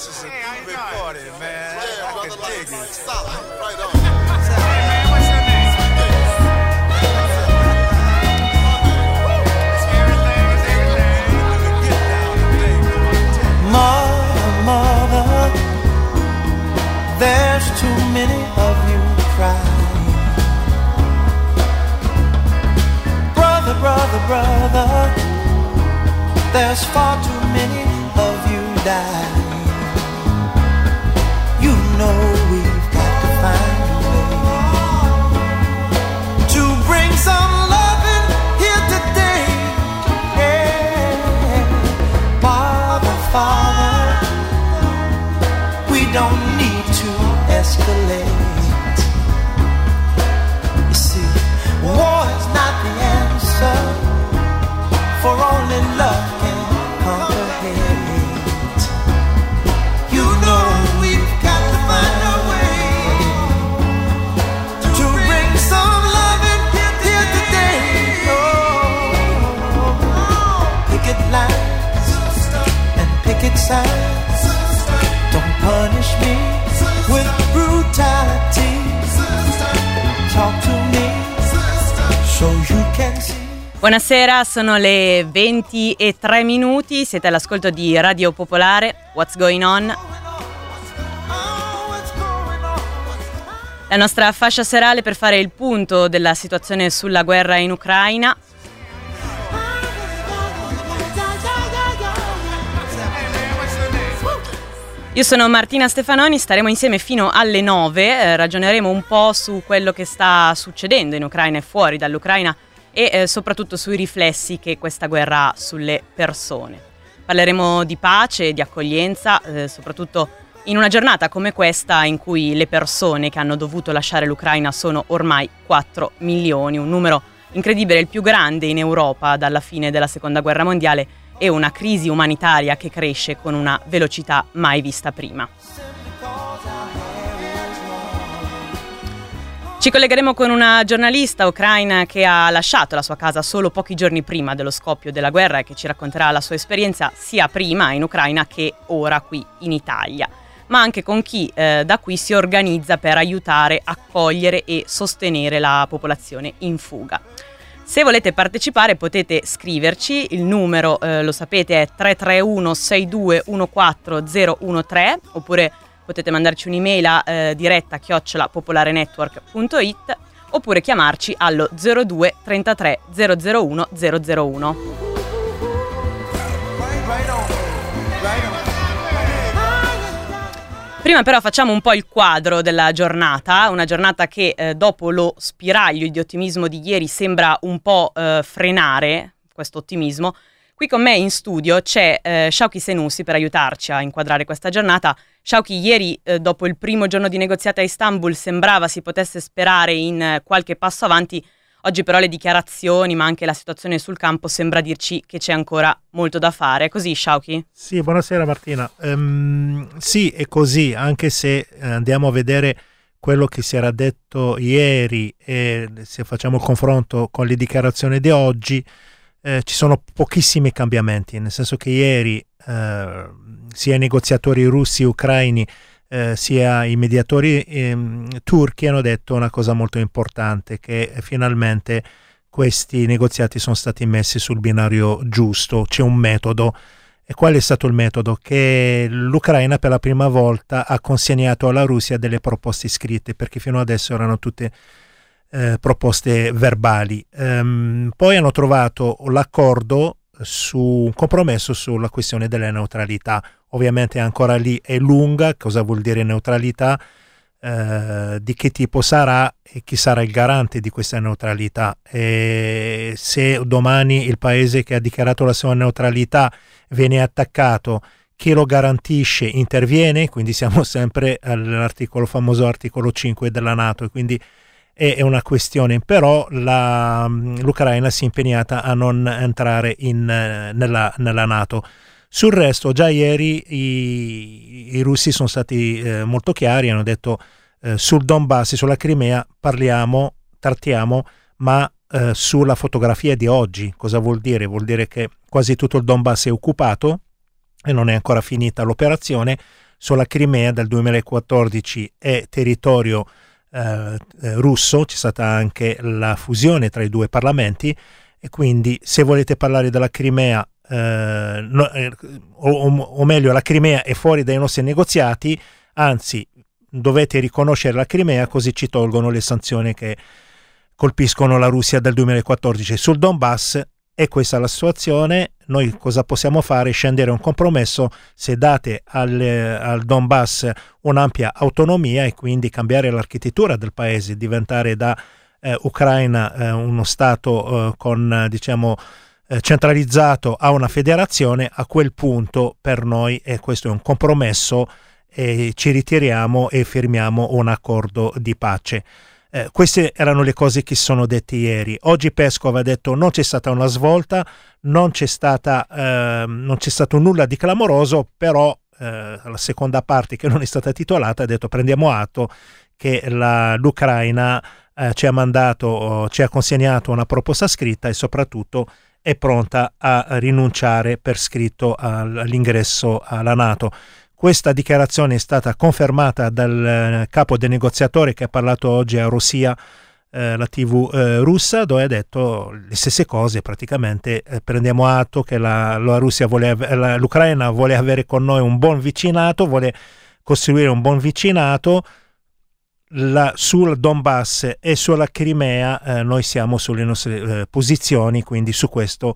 This is a group recording, man. I can dig it. Solid, right on. Hey, man, what's your name? Mother, there's too many of you crying. Brother, brother, brother, there's far too many of you dying. You know we've got to find a way to bring some loving here today. Yeah. Father, we don't need to escalate. You see, war is not the answer, for only love can conquer hate. You know we've got to find a way to bring some loving here today. Oh, picket lines, picket signs, don't punish me with brutality. Talk to me so you can see. Buonasera, sono le 20:03, siete all'ascolto di Radio Popolare. What's going on? La nostra fascia serale per fare il punto della situazione sulla guerra in Ucraina. Io sono Martina Stefanoni, staremo insieme fino alle 9, ragioneremo un po' su quello che sta succedendo in Ucraina e fuori dall'Ucraina e soprattutto sui riflessi che questa guerra ha sulle persone. Parleremo di pace, di accoglienza, soprattutto in una giornata come questa in cui le persone che hanno dovuto lasciare l'Ucraina sono ormai 4 milioni, un numero incredibile, il più grande in Europa dalla fine della Seconda Guerra Mondiale, e una crisi umanitaria che cresce con una velocità mai vista prima. Ci collegheremo con una giornalista ucraina che ha lasciato la sua casa solo pochi giorni prima dello scoppio della guerra e che ci racconterà la sua esperienza sia prima in Ucraina che ora qui in Italia, ma anche con chi da qui si organizza per aiutare, accogliere e sostenere la popolazione in fuga. Se volete partecipare potete scriverci, il numero lo sapete è 331 6214 013, oppure potete mandarci un'email a diretta @popolarenetwork.it, oppure chiamarci allo 02 33 001 001. Prima però facciamo un po' il quadro della giornata, una giornata che dopo lo spiraglio di ottimismo di ieri sembra un po' frenare questo ottimismo. Qui con me in studio c'è Shauki Senussi per aiutarci a inquadrare questa giornata. Shauki, ieri dopo il primo giorno di negoziati a Istanbul sembrava si potesse sperare in qualche passo avanti. Oggi però le dichiarazioni, ma anche la situazione sul campo sembra dirci che c'è ancora molto da fare. È così, Shauki? Sì, buonasera Martina. Sì, è così, anche se andiamo a vedere quello che si era detto ieri e se facciamo il confronto con le dichiarazioni di oggi, ci sono pochissimi cambiamenti, nel senso che ieri sia i negoziatori russi e ucraini sia i mediatori turchi hanno detto una cosa molto importante, che finalmente questi negoziati sono stati messi sul binario giusto, c'è un metodo. E qual è stato il metodo? Che l'Ucraina per la prima volta ha consegnato alla Russia delle proposte scritte, perché fino adesso erano tutte proposte verbali. Poi hanno trovato l'accordo su un compromesso sulla questione della neutralità. Ovviamente ancora lì è lunga, cosa vuol dire neutralità, di che tipo sarà e chi sarà il garante di questa neutralità. E se domani il paese che ha dichiarato la sua neutralità viene attaccato, chi lo garantisce interviene, quindi siamo sempre all'articolo famoso articolo 5 della NATO, e quindi è una questione, però l'Ucraina si è impegnata a non entrare nella NATO. Sul resto già ieri i russi sono stati molto chiari, hanno detto sul Donbass e sulla Crimea trattiamo, ma sulla fotografia di oggi. Cosa vuol dire? Vuol dire che quasi tutto il Donbass è occupato e non è ancora finita l'operazione. sulla Crimea dal 2014 è territorio russo, c'è stata anche la fusione tra i due parlamenti e quindi se volete parlare della Crimea o meglio la Crimea è fuori dai nostri negoziati, anzi dovete riconoscere la Crimea così ci tolgono le sanzioni che colpiscono la Russia dal 2014 sul Donbass. E questa è la situazione. Noi cosa possiamo fare? Scendere a un compromesso se date al Donbass un'ampia autonomia e quindi cambiare l'architettura del paese, diventare da Ucraina uno stato con diciamo centralizzato a una federazione. A quel punto per noi questo è un compromesso e ci ritiriamo e firmiamo un accordo di pace. Queste erano le cose che si sono dette ieri. Oggi Peskov ha detto non c'è stata una svolta, non c'è stato nulla di clamoroso, però la seconda parte che non è stata titolata ha detto prendiamo atto che l'Ucraina ci ha consegnato una proposta scritta e soprattutto è pronta a rinunciare per scritto all'ingresso alla NATO. Questa dichiarazione è stata confermata dal capo del negoziatore che ha parlato oggi a Rossija, la TV russa, dove ha detto le stesse cose praticamente. Prendiamo atto che l'Ucraina vuole avere con noi un buon vicinato, vuole costruire un buon vicinato. Sul Donbass e sulla Crimea noi siamo sulle nostre posizioni, quindi su questo,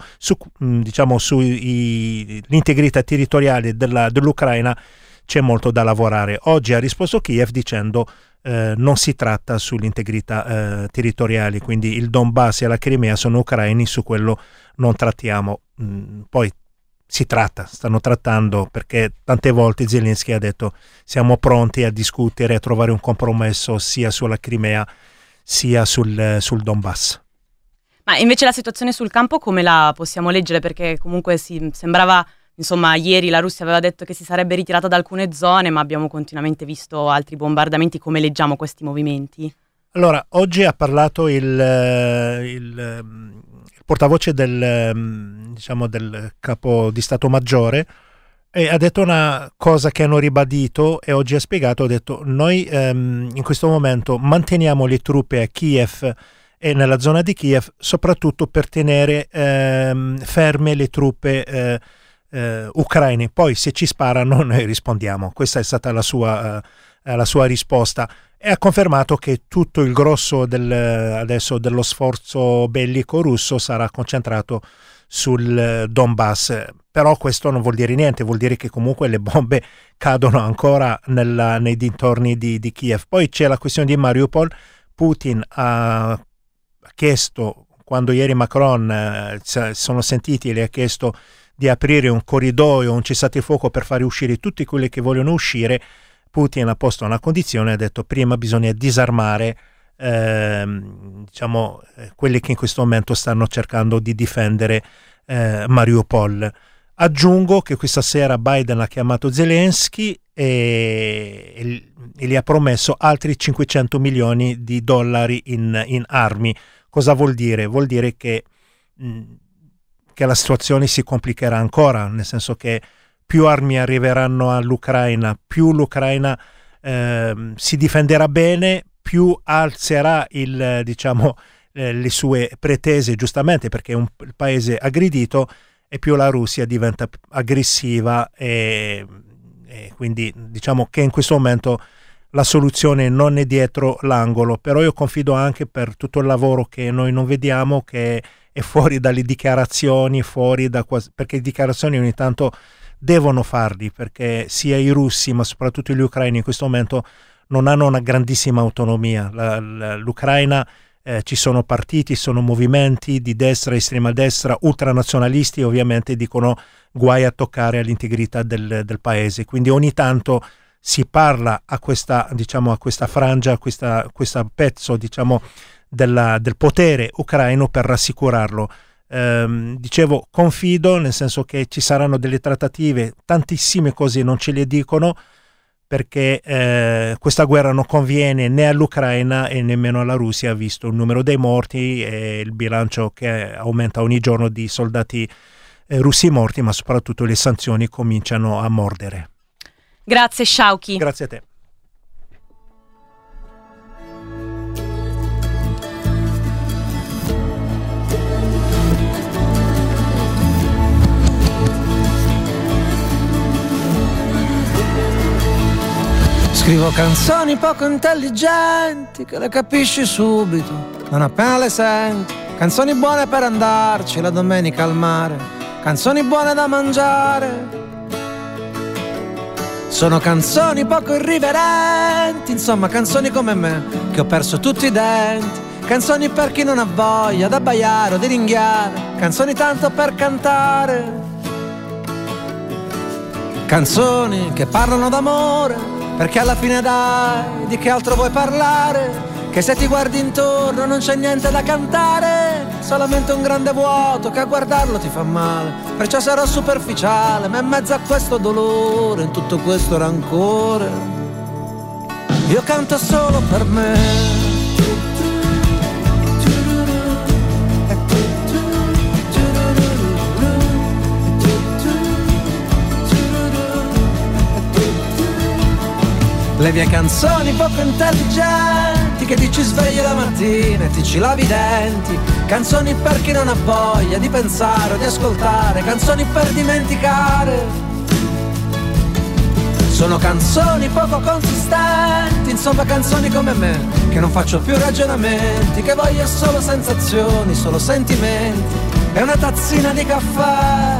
l'integrità territoriale dell'Ucraina c'è molto da lavorare. Oggi ha risposto Kiev dicendo non si tratta sull'integrità territoriale, quindi il Donbass e la Crimea sono ucraini, su quello non trattiamo. Poi stanno trattando, perché tante volte Zelensky ha detto siamo pronti a discutere, a trovare un compromesso sia sulla Crimea sia sul Donbass. Ma invece la situazione sul campo come la possiamo leggere? Perché comunque sembrava, insomma, ieri la Russia aveva detto che si sarebbe ritirata da alcune zone, ma abbiamo continuamente visto altri bombardamenti. Come leggiamo questi movimenti? Allora, oggi ha parlato il portavoce del capo di Stato Maggiore e ha detto una cosa che hanno ribadito e oggi ha spiegato. Ha detto noi in questo momento manteniamo le truppe a Kiev e nella zona di Kiev soprattutto per tenere ferme le truppe ucraine, poi se ci sparano noi rispondiamo. Questa è stata la sua risposta. E ha confermato che tutto il grosso adesso dello sforzo bellico russo sarà concentrato sul Donbass. Però questo non vuol dire niente, vuol dire che comunque le bombe cadono ancora nei dintorni di Kiev. Poi c'è la questione di Mariupol. Putin ha chiesto, quando ieri Macron sono sentiti, le ha chiesto di aprire un corridoio, un cessate il fuoco per fare uscire tutti quelli che vogliono uscire. Putin ha posto una condizione, ha detto prima bisogna disarmare quelli che in questo momento stanno cercando di difendere Mariupol. Aggiungo che questa sera Biden ha chiamato Zelensky e gli ha promesso altri $500 milioni in armi. Cosa vuol dire? Vuol dire che la situazione si complicherà ancora, nel senso che più armi arriveranno all'Ucraina, più l'Ucraina si difenderà bene, più alzerà le sue pretese, giustamente perché è un paese aggredito, e più la Russia diventa aggressiva e quindi diciamo che in questo momento la soluzione non è dietro l'angolo. Però io confido anche, per tutto il lavoro che noi non vediamo, che è fuori dalle dichiarazioni, perché dichiarazioni ogni tanto devono farli, perché sia i russi ma soprattutto gli ucraini in questo momento non hanno una grandissima autonomia. L'Ucraina, ci sono partiti, sono movimenti di destra, estrema destra, ultranazionalisti, ovviamente dicono guai a toccare all'integrità del paese. Quindi ogni tanto si parla a questa frangia, a questo pezzo del potere ucraino per rassicurarlo. Dicevo, confido, nel senso che ci saranno delle trattative, tantissime cose non ce le dicono, perché questa guerra non conviene né all'Ucraina e nemmeno alla Russia, visto il numero dei morti e il bilancio che aumenta ogni giorno di soldati russi morti, ma soprattutto le sanzioni cominciano a mordere. Grazie Shauki. Grazie a te. Scrivo canzoni poco intelligenti che le capisci subito, non appena le senti. Canzoni buone per andarci la domenica al mare, canzoni buone da mangiare. Sono canzoni poco irriverenti, insomma canzoni come me, che ho perso tutti i denti. Canzoni per chi non ha voglia d'abbaiare o di ringhiare, canzoni tanto per cantare. Canzoni che parlano d'amore, perché alla fine dai, di che altro vuoi parlare? Che se ti guardi intorno non c'è niente da cantare, solamente un grande vuoto che a guardarlo ti fa male. Perciò sarò superficiale, ma in mezzo a questo dolore, in tutto questo rancore, io canto solo per me. Le mie canzoni poco intelligenti che ti ci svegli la mattina e ti ci lavi i denti. Canzoni per chi non ha voglia di pensare o di ascoltare, canzoni per dimenticare. Sono canzoni poco consistenti, insomma canzoni come me, che non faccio più ragionamenti, che voglio solo sensazioni, solo sentimenti e una tazzina di caffè.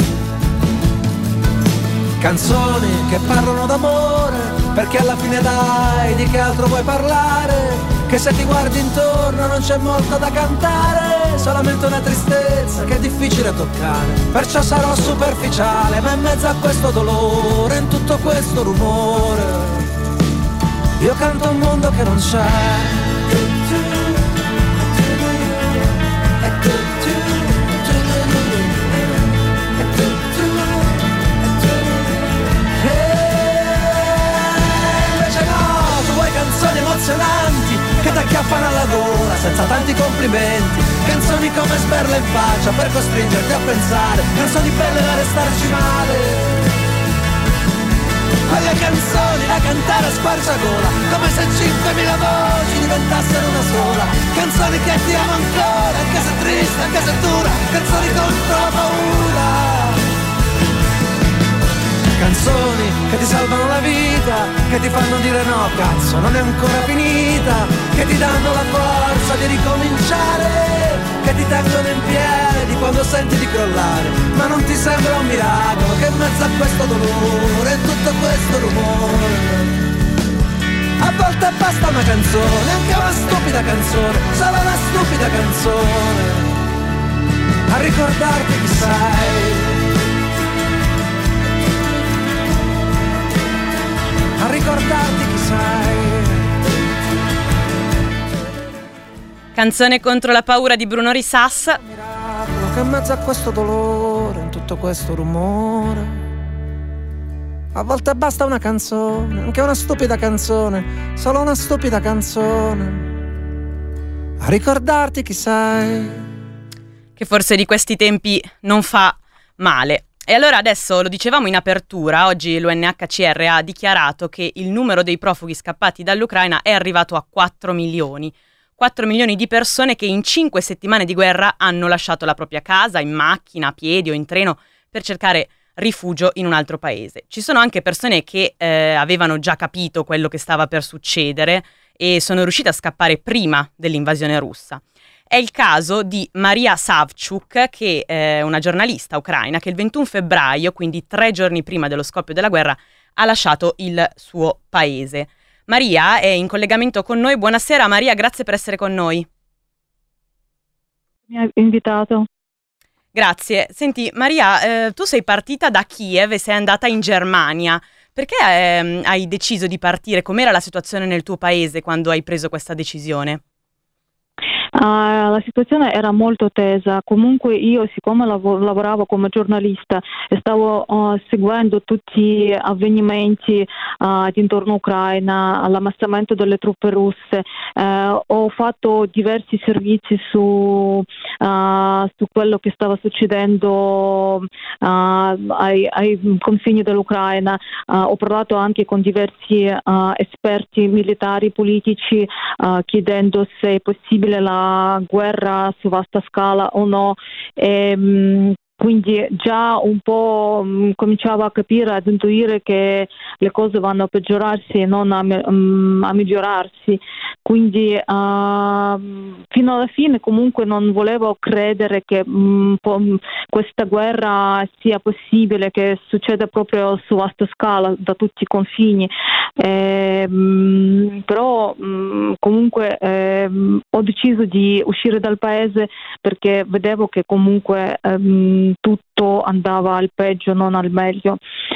Canzoni che parlano d'amore, perché alla fine dai, di che altro vuoi parlare? Che se ti guardi intorno non c'è molto da cantare, solamente una tristezza che è difficile toccare. Perciò sarò superficiale, ma in mezzo a questo dolore, in tutto questo rumore, io canto un mondo che non c'è. Canzoni emozionanti che ti acchiappano alla gola senza tanti complimenti, canzoni come sberle in faccia per costringerti a pensare, canzoni belle da restarci male. Quelle canzoni da cantare a squarciagola, come se 5.000 voci diventassero una sola, canzoni che ti amo ancora, anche se triste, anche se dura, canzoni contro la paura. Canzoni che ti salvano la vita, che ti fanno dire no, cazzo, non è ancora finita, che ti danno la forza di ricominciare, che ti tengono in piedi quando senti di crollare. Ma non ti sembra un miracolo che in mezzo a questo dolore, in tutto questo rumore, a volte basta una canzone, anche una stupida canzone, solo una stupida canzone, a ricordarti chi sei, a ricordarti chi sei. Canzone contro la paura di Bruno Risas. Miracolo che in mezzo a questo dolore, in tutto questo rumore, a volte basta una canzone, anche una stupida canzone, solo una stupida canzone, a ricordarti chi sei. Che forse di questi tempi non fa male. E allora adesso, lo dicevamo in apertura, oggi l'UNHCR ha dichiarato che il numero dei profughi scappati dall'Ucraina è arrivato a 4 milioni. 4 milioni di persone che in 5 settimane di guerra hanno lasciato la propria casa, in macchina, a piedi o in treno, per cercare rifugio in un altro paese. Ci sono anche persone che avevano già capito quello che stava per succedere e sono riuscite a scappare prima dell'invasione russa. È il caso di Maria Savchuk, che è una giornalista ucraina che il 21 febbraio, quindi 3 giorni prima dello scoppio della guerra, ha lasciato il suo paese. Maria è in collegamento con noi. Buonasera Maria, grazie per essere con noi. Mi ha invitato. Grazie. Senti Maria, tu sei partita da Kiev e sei andata in Germania. Perché hai deciso di partire? Com'era la situazione nel tuo paese quando hai preso questa decisione? La situazione era molto tesa, comunque io siccome lavoravo come giornalista e stavo seguendo tutti gli avvenimenti intorno all'Ucraina, all'ammassamento delle truppe russe, ho fatto diversi servizi su quello che stava succedendo ai confini dell'Ucraina, ho parlato anche con diversi esperti militari, politici, chiedendo se è possibile la guerra su vasta scala o no. Quindi già un po' cominciavo a capire, ad intuire che le cose vanno a peggiorarsi e non a migliorarsi. Quindi fino alla fine comunque non volevo credere che questa guerra sia possibile, che succeda proprio su vasta scala da tutti i confini. Però comunque ho deciso di uscire dal paese perché vedevo che comunque tutto andava al peggio, non al meglio.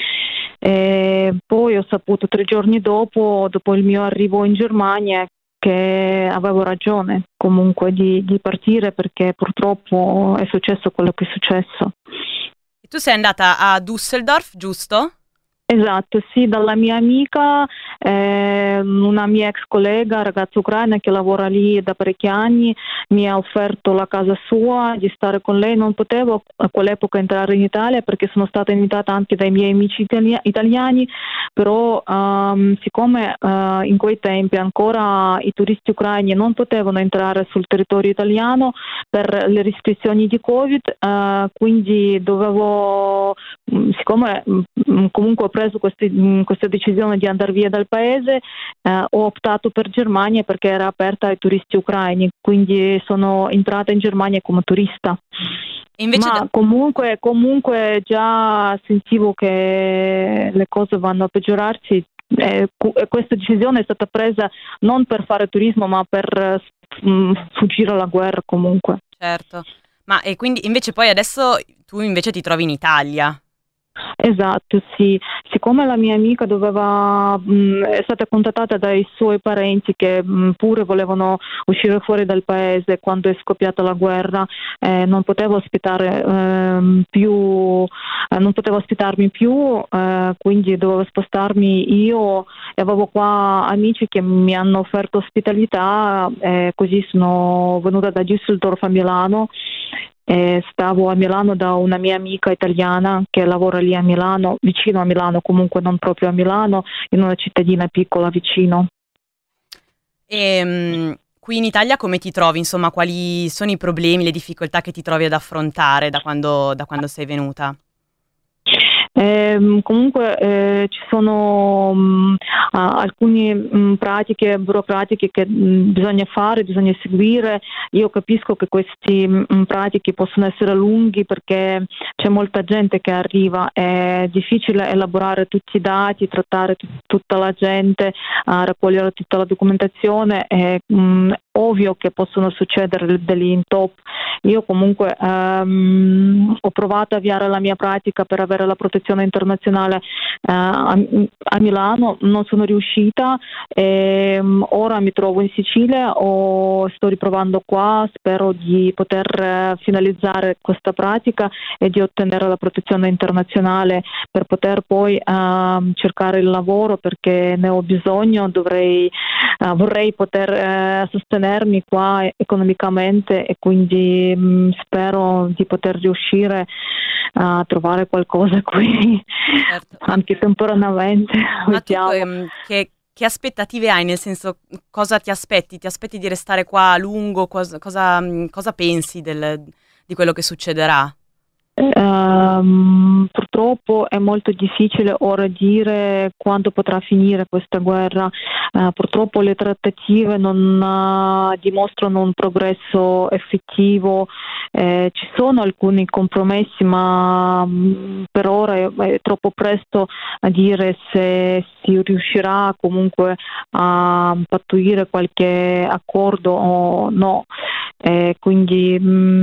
Poi ho saputo 3 giorni dopo il mio arrivo in Germania, che avevo ragione comunque di partire, perché purtroppo è successo quello che è successo. E tu sei andata a Düsseldorf, giusto? Esatto, sì, dalla mia amica, una mia ex collega, ragazza ucraina che lavora lì da parecchi anni, mi ha offerto la casa sua, di stare con lei. Non potevo a quell'epoca entrare in Italia perché sono stata invitata anche dai miei amici italiani, però siccome in quei tempi ancora i turisti ucraini non potevano entrare sul territorio italiano per le restrizioni di Covid, quindi siccome comunque ho preso questa decisione di andare via dal paese, ho optato per Germania perché era aperta ai turisti ucraini, quindi sono entrata in Germania come turista. Invece Ma comunque già sentivo che le cose vanno a peggiorarsi. Questa decisione è stata presa non per fare turismo, ma per fuggire alla guerra comunque. Certo, ma e quindi invece poi adesso tu invece ti trovi in Italia? Esatto, sì. Siccome la mia amica è stata contattata dai suoi parenti che pure volevano uscire fuori dal paese quando è scoppiata la guerra, non potevo ospitarmi più, quindi dovevo spostarmi io, e avevo qua amici che mi hanno offerto ospitalità, così sono venuta da Düsseldorf a Milano. Stavo a Milano da una mia amica italiana che lavora lì a Milano, vicino a Milano, comunque non proprio a Milano, in una cittadina piccola vicino. E qui in Italia come ti trovi? Insomma, quali sono i problemi, le difficoltà che ti trovi ad affrontare da quando sei venuta? Comunque ci sono alcune pratiche burocratiche che bisogna seguire. Io capisco che queste pratiche possono essere lunghi perché c'è molta gente che arriva, è difficile elaborare tutti i dati, trattare tutta la gente, raccogliere tutta la documentazione. È ovvio che possono succedere degli intoppi. Io comunque ho provato a avviare la mia pratica per avere la protezione internazionale a Milano, non sono riuscita, ora mi trovo in Sicilia, sto riprovando qua, spero di poter finalizzare questa pratica e di ottenere la protezione internazionale per poter poi cercare il lavoro, perché ne ho bisogno, vorrei poter sostenermi qua economicamente, e quindi spero di poter riuscire a trovare qualcosa qui, Certo. anche temporaneamente. Ma tu Vediamo. che aspettative hai? Nel senso, cosa ti aspetti? Ti aspetti di restare qua a lungo? Cosa pensi di quello che succederà? Purtroppo è molto difficile ora dire quando potrà finire questa guerra. Purtroppo le trattative non dimostrano un progresso effettivo. Ci sono alcuni compromessi, ma per ora è troppo presto a dire se si riuscirà comunque a pattuire qualche accordo o no. Quindi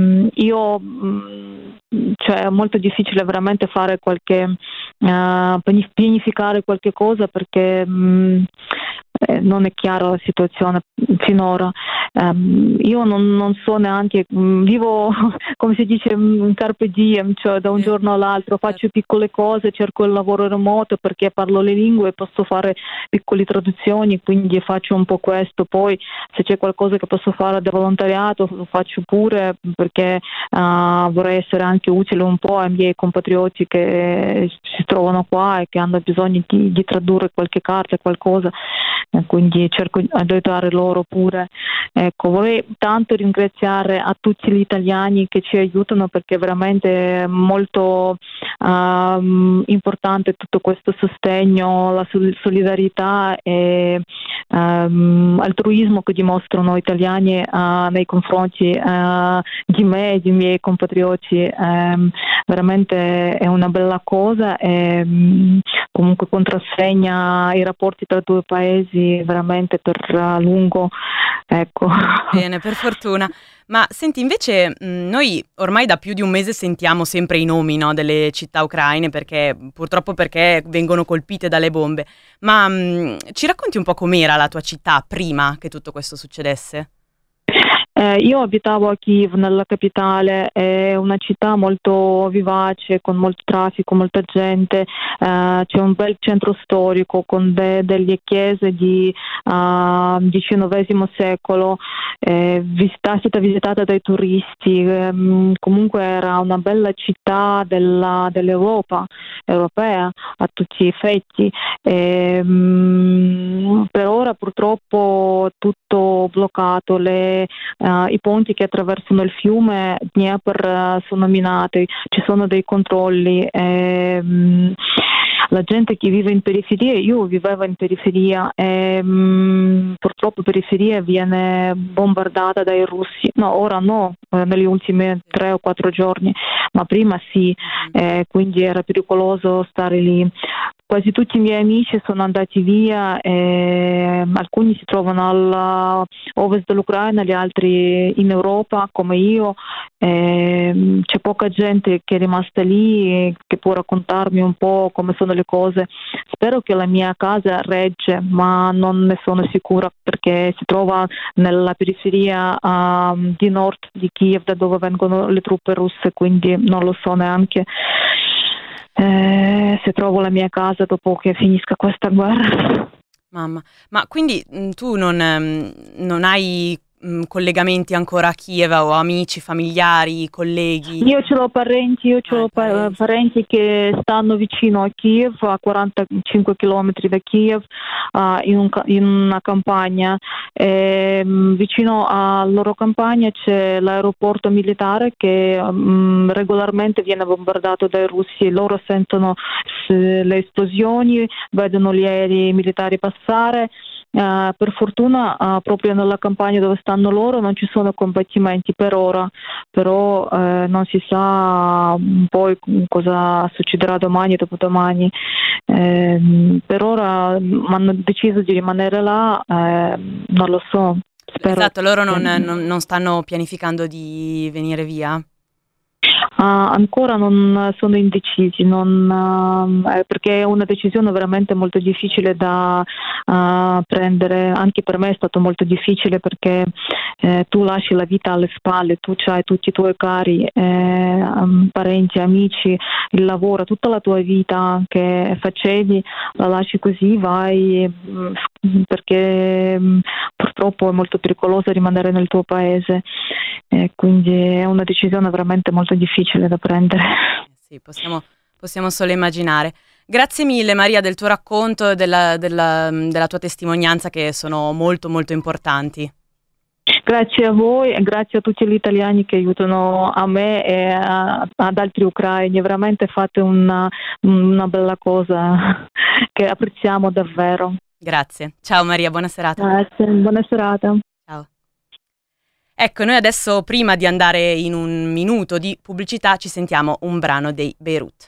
cioè è molto difficile veramente fare pianificare qualche cosa, perché non è chiara la situazione finora. Io non so neanche, vivo come si dice carpe diem, cioè da un giorno all'altro, faccio piccole cose, cerco il lavoro remoto perché parlo le lingue e posso fare piccole traduzioni, quindi faccio un po' questo. Poi se c'è qualcosa che posso fare da volontariato lo faccio pure, perché vorrei essere anche utile un po' ai miei compatrioti che si trovano qua e che hanno bisogno di tradurre qualche carta, qualcosa, quindi cerco di aiutare loro pure. Ecco, vorrei tanto ringraziare a tutti gli italiani che ci aiutano, perché veramente è molto importante tutto questo sostegno, la solidarietà e altruismo che dimostrano italiani nei confronti di me e dei miei compatrioti. Veramente è una bella cosa e comunque contrassegna i rapporti tra due paesi veramente per lungo. Ecco. Bene, per fortuna. Ma senti, invece noi ormai da più di un mese sentiamo sempre i nomi, no, delle città ucraine, perché purtroppo perché vengono colpite dalle bombe. Ma ci racconti un po' com'era la tua città prima che tutto questo succedesse? Io abitavo a Kiev, nella capitale, è una città molto vivace, con molto traffico, molta gente, c'è un bel centro storico con delle chiese di XIX secolo, è stata visitata dai turisti, comunque era una bella città dell'Europa, europea a tutti gli effetti. Per ora purtroppo tutto bloccato, i ponti che attraversano il fiume Dnieper sono minati, ci sono dei controlli. La gente che vive in periferia, io vivevo in periferia e purtroppo periferia viene bombardata dai russi. No, ora no, negli ultimi 3 o 4 giorni, ma prima sì, quindi era pericoloso stare lì. Quasi tutti i miei amici sono andati via, alcuni si trovano all'ovest dell'Ucraina, gli altri in Europa come io. C'è poca gente che è rimasta lì che può raccontarmi un po' come sono le cose. Spero che la mia casa regge, ma non ne sono sicura perché si trova nella periferia di nord di Kiev, da dove vengono le truppe russe, quindi non lo so neanche se trovo la mia casa dopo che finisca questa guerra. Mamma, ma quindi tu non hai collegamenti ancora a Kiev o amici, familiari, colleghi? Io ce l'ho parenti che stanno vicino a Kiev, a 45 chilometri da Kiev, in una campagna. Vicino alla loro campagna c'è l'aeroporto militare che regolarmente viene bombardato dai russi. Loro sentono le esplosioni, vedono gli aerei militari passare. Per fortuna proprio nella campagna dove stanno loro non ci sono combattimenti per ora, però non si sa poi cosa succederà domani, dopodomani. Per ora hanno deciso di rimanere là, non lo so. Spero. Esatto, loro non stanno pianificando di venire via? Ancora non sono indecisi, perché è una decisione veramente molto difficile da prendere. Anche per me è stato molto difficile perché tu lasci la vita alle spalle, tu hai tutti i tuoi cari, parenti, amici, il lavoro, tutta la tua vita che facevi, la lasci così, vai, perché purtroppo è molto pericoloso rimanere nel tuo paese. Quindi è una decisione veramente molto difficile da prendere. Sì, possiamo solo immaginare. Grazie mille Maria del tuo racconto e della tua testimonianza, che sono molto molto importanti. Grazie a voi e grazie a tutti gli italiani che aiutano a me e ad altri ucraini. Veramente fate una bella cosa che apprezziamo davvero. Grazie. Ciao Maria, buona serata. Grazie, buona serata. Ciao. Ecco, noi adesso, prima di andare in un minuto di pubblicità, ci sentiamo un brano dei Beirut.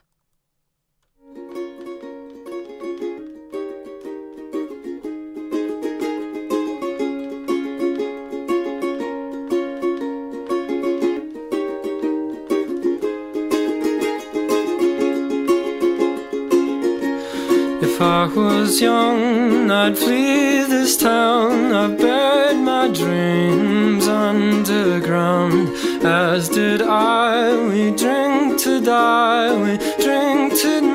If I was young, I'd flee this town. I buried my dreams underground, as did I. We drink to die, we drink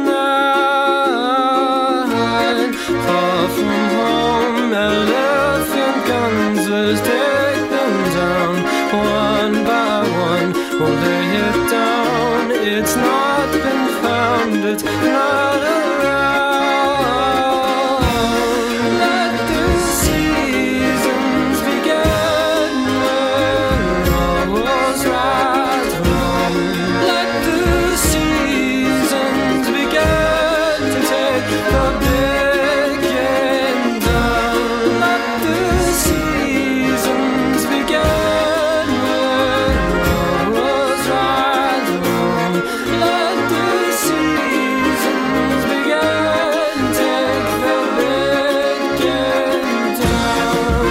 tonight. Far from home, elephant guns, let's take them down. One by one, we'll lay it down. It's not been found, it's not around. Let the seasons begin when all was right wrong. Let the seasons begin to take the beginning down. Let the seasons begin when all was right wrong. Let the seasons begin, take the beginning down.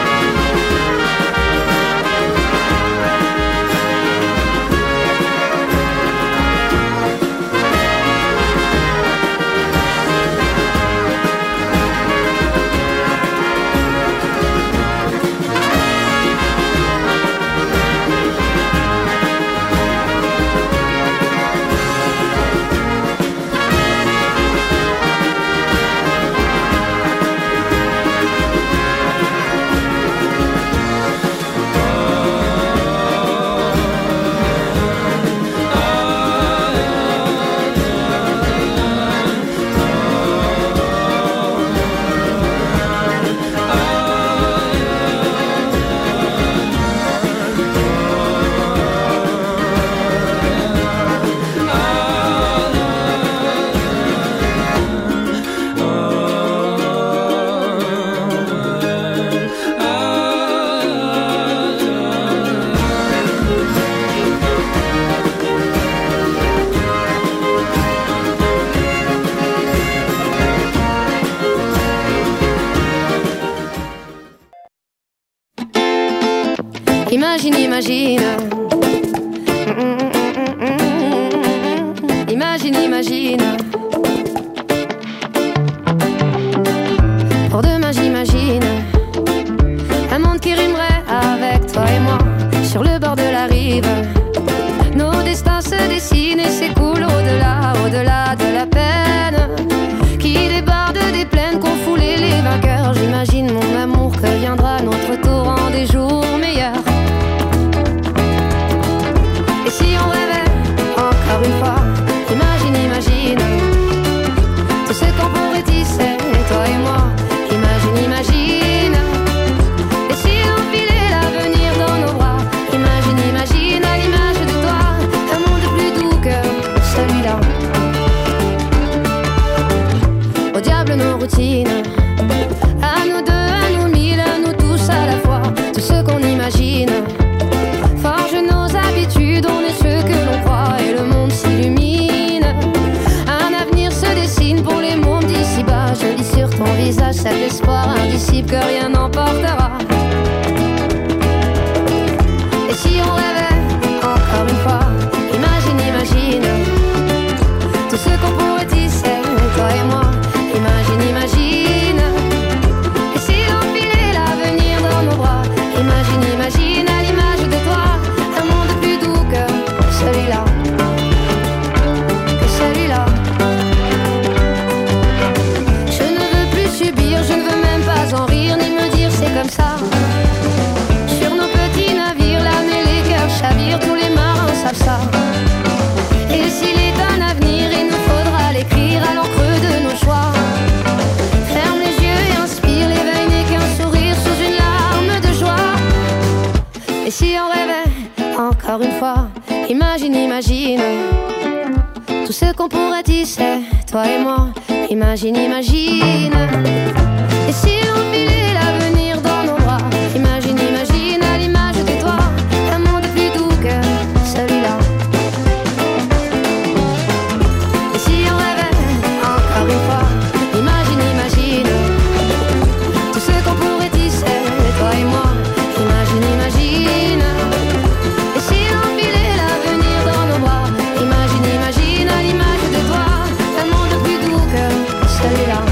Imagine, imagine. Imagine, imagine. Pour demain, j'imagine un monde qui rimerait avec toi et moi sur le bord de la rive. Nos destins se dessinent et s'écoulent au-delà, au-delà de la peine qui déborde des plaines qu'ont foulé les vainqueurs. J'imagine mon amour que viendra notre torrent des jours meilleurs. Et si on rêvait encore une fois, imagine, imagine tout ce qu'on pourrait tisser, toi et moi. Imagine, imagine. Et si on filait l'avenir dans nos bras, imagine, imagine à l'image de toi un monde plus doux que celui-là. Au diable nos routines, à nous deux, à nous mille, à nous tous à la fois. Tout ce qu'on imagine forge nos habitudes, on est ce que l'on croit et le monde s'illumine. Un avenir se dessine pour les mômes d'ici-bas. Je lis sur ton visage cet espoir indicible que rien n'emportera. Et si on rêvait encore une fois, imagine, imagine tout ce qu'on pourrait tisser, toi et moi. Imagine, imagine. Et si l'on filait l'avenir dans nos bras, imagine, imagine à l'image de toi un monde plus doux que celui-là, que celui-là. Je ne veux plus subir, je ne veux même pas en rire ni me dire c'est comme ça. Sur nos petits navires, l'âme et les cœurs chavirent, tous les marins savent ça. Et s'il est un avenir, il nous faudra l'écrire à l'encre de nos choix. Ferme les yeux et inspire, l'éveil n'est qu'un sourire sous une larme de joie. Et si on rêvait encore une fois, imagine, imagine tout ce qu'on pourrait tisser, toi et moi. Imagine, imagine. Et si on filait l'avenir dans nos bras, imagine, imagine à l'image de toi un monde plus doux que celui-là. Et si on rêvait encore une fois, imagine, imagine tout ce qu'on pourrait tisser, toi et moi. Imagine, imagine. Et si on filait l'avenir dans nos bras, imagine, imagine à l'image de toi un monde plus doux que celui-là.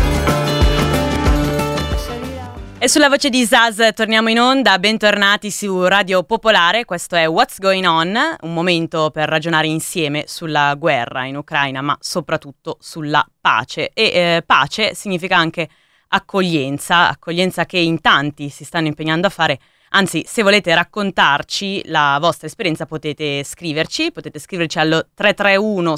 E sulla voce di Zaz torniamo in onda, bentornati su Radio Popolare, questo è What's Going On, un momento per ragionare insieme sulla guerra in Ucraina, ma soprattutto sulla pace. E pace significa anche accoglienza che in tanti si stanno impegnando a fare. Anzi, se volete raccontarci la vostra esperienza potete scriverci allo 331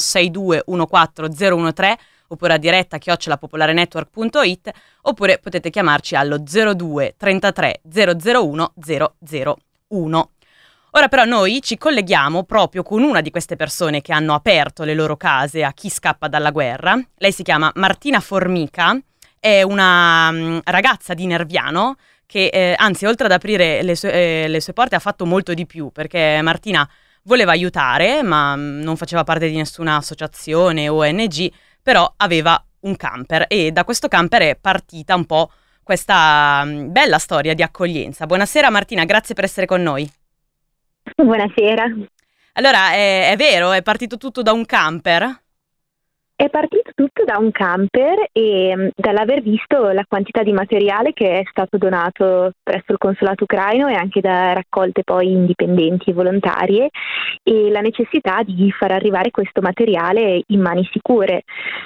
6214 013 oppure a diretta @popolarenetwork.it, oppure potete chiamarci allo 02 33 001 001. Ora però noi ci colleghiamo proprio con una di queste persone che hanno aperto le loro case a chi scappa dalla guerra. Lei si chiama Martina Formica, è una ragazza di Nerviano che anzi, oltre ad aprire le sue porte, ha fatto molto di più, perché Martina voleva aiutare ma non faceva parte di nessuna associazione o ONG, però aveva un camper e da questo camper è partita un po' questa bella storia di accoglienza. Buonasera Martina, grazie per essere con noi. Buonasera. Allora, è vero, è partito tutto da un camper? È partito tutto da un camper e dall'aver visto la quantità di materiale che è stato donato presso il consolato ucraino e anche da raccolte poi indipendenti e volontarie, e la necessità di far arrivare questo materiale in mani sicure.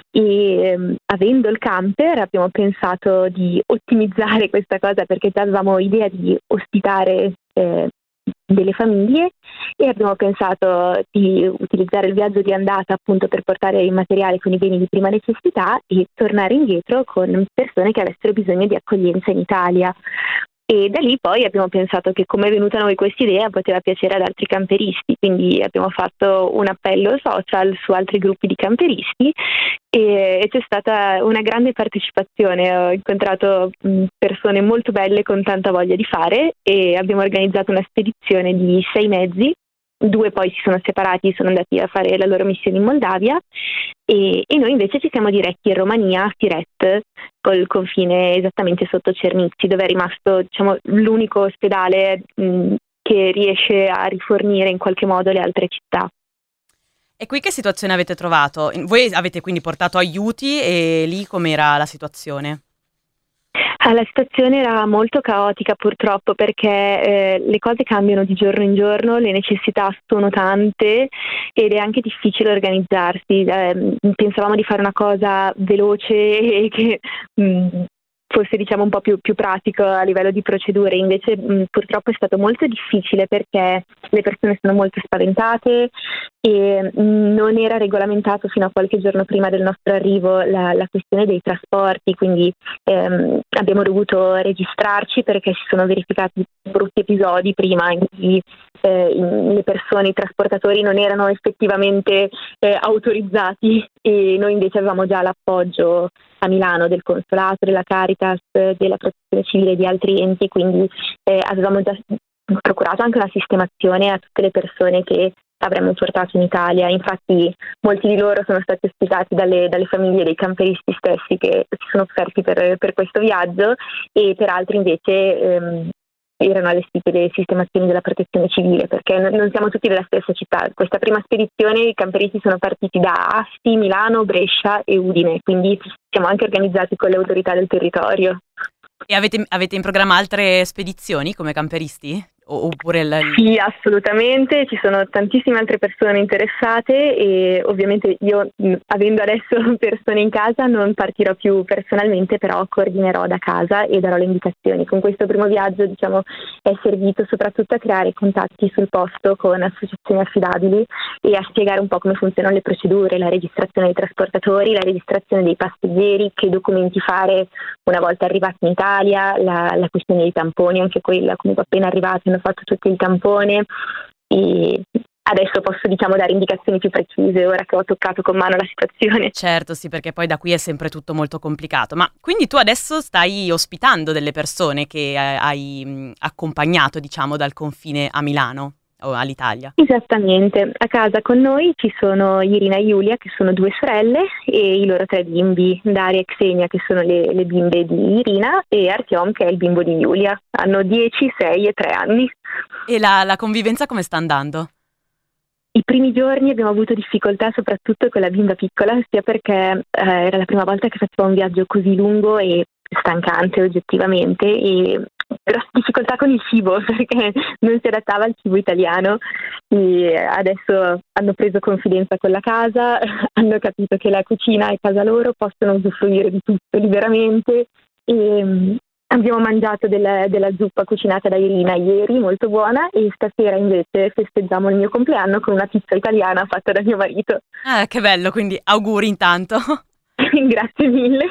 E avendo il camper abbiamo pensato di ottimizzare questa cosa, perché già avevamo idea di ospitare delle famiglie, e abbiamo pensato di utilizzare il viaggio di andata appunto per portare il materiale con i beni di prima necessità e tornare indietro con persone che avessero bisogno di accoglienza in Italia. E da lì poi abbiamo pensato che, come è venuta a noi questa idea, poteva piacere ad altri camperisti, quindi abbiamo fatto un appello social su altri gruppi di camperisti e c'è stata una grande partecipazione. Ho incontrato persone molto belle con tanta voglia di fare e abbiamo organizzato una spedizione di 6 mezzi. 2 poi si sono separati, sono andati a fare la loro missione in Moldavia e noi invece ci siamo diretti in Romania, a Siret, col confine esattamente sotto Cernizzi, dove è rimasto, diciamo, l'unico ospedale che riesce a rifornire in qualche modo le altre città. E qui che situazione avete trovato? Voi avete quindi portato aiuti e lì com'era la situazione? La situazione era molto caotica purtroppo, perché le cose cambiano di giorno in giorno, le necessità sono tante ed è anche difficile organizzarsi. Pensavamo di fare una cosa veloce e che fosse, diciamo, un po' più pratico a livello di procedure, invece purtroppo è stato molto difficile perché le persone sono molto spaventate e non era regolamentato fino a qualche giorno prima del nostro arrivo la questione dei trasporti, quindi abbiamo dovuto registrarci perché si sono verificati brutti episodi prima in cui le persone, i trasportatori non erano effettivamente autorizzati, e noi invece avevamo già l'appoggio a Milano del consolato, della Caritas, della protezione civile e di altri enti, quindi avevamo già procurato anche una sistemazione a tutte le persone che avremmo portato in Italia. Infatti molti di loro sono stati ospitati dalle famiglie dei camperisti stessi che si sono offerti per questo viaggio, e per altri invece erano allestite le sistemazioni della protezione civile, perché non siamo tutti della stessa città. Questa prima spedizione i camperisti sono partiti da Asti, Milano, Brescia e Udine, quindi siamo anche organizzati con le autorità del territorio. E avete in programma altre spedizioni come camperisti? Oppure Sì, assolutamente, ci sono tantissime altre persone interessate e ovviamente io, avendo adesso persone in casa, non partirò più personalmente, però coordinerò da casa e darò le indicazioni. Con questo primo viaggio, diciamo, è servito soprattutto a creare contatti sul posto con associazioni affidabili e a spiegare un po' come funzionano le procedure, la registrazione dei trasportatori, la registrazione dei passeggeri, che documenti fare una volta arrivati in Italia, la questione dei tamponi, anche quella, comunque appena arrivati hanno fatto tutto il tampone, e adesso posso, diciamo, dare indicazioni più precise ora che ho toccato con mano la situazione. Certo, sì, perché poi da qui è sempre tutto molto complicato. Ma quindi tu adesso stai ospitando delle persone che hai accompagnato, diciamo, dal confine a Milano o all'Italia? Esattamente, a casa con noi ci sono Irina e Giulia, che sono 2 sorelle, e i loro 3 bimbi, Daria e Xenia, che sono le bimbe di Irina, e Artyom, che è il bimbo di Giulia. Hanno 10, 6 e 3 anni. E la convivenza come sta andando? I primi giorni abbiamo avuto difficoltà soprattutto con la bimba piccola, sia perché era la prima volta che facevamo un viaggio così lungo e stancante oggettivamente, e grosse difficoltà con il cibo perché non si adattava al cibo italiano, e adesso hanno preso confidenza con la casa, hanno capito che la cucina è casa loro, possono usufruire di tutto liberamente, e abbiamo mangiato della zuppa cucinata da Irina ieri, molto buona, e stasera invece festeggiamo il mio compleanno con una pizza italiana fatta da mio marito. Ah, che bello, quindi auguri intanto. Grazie mille.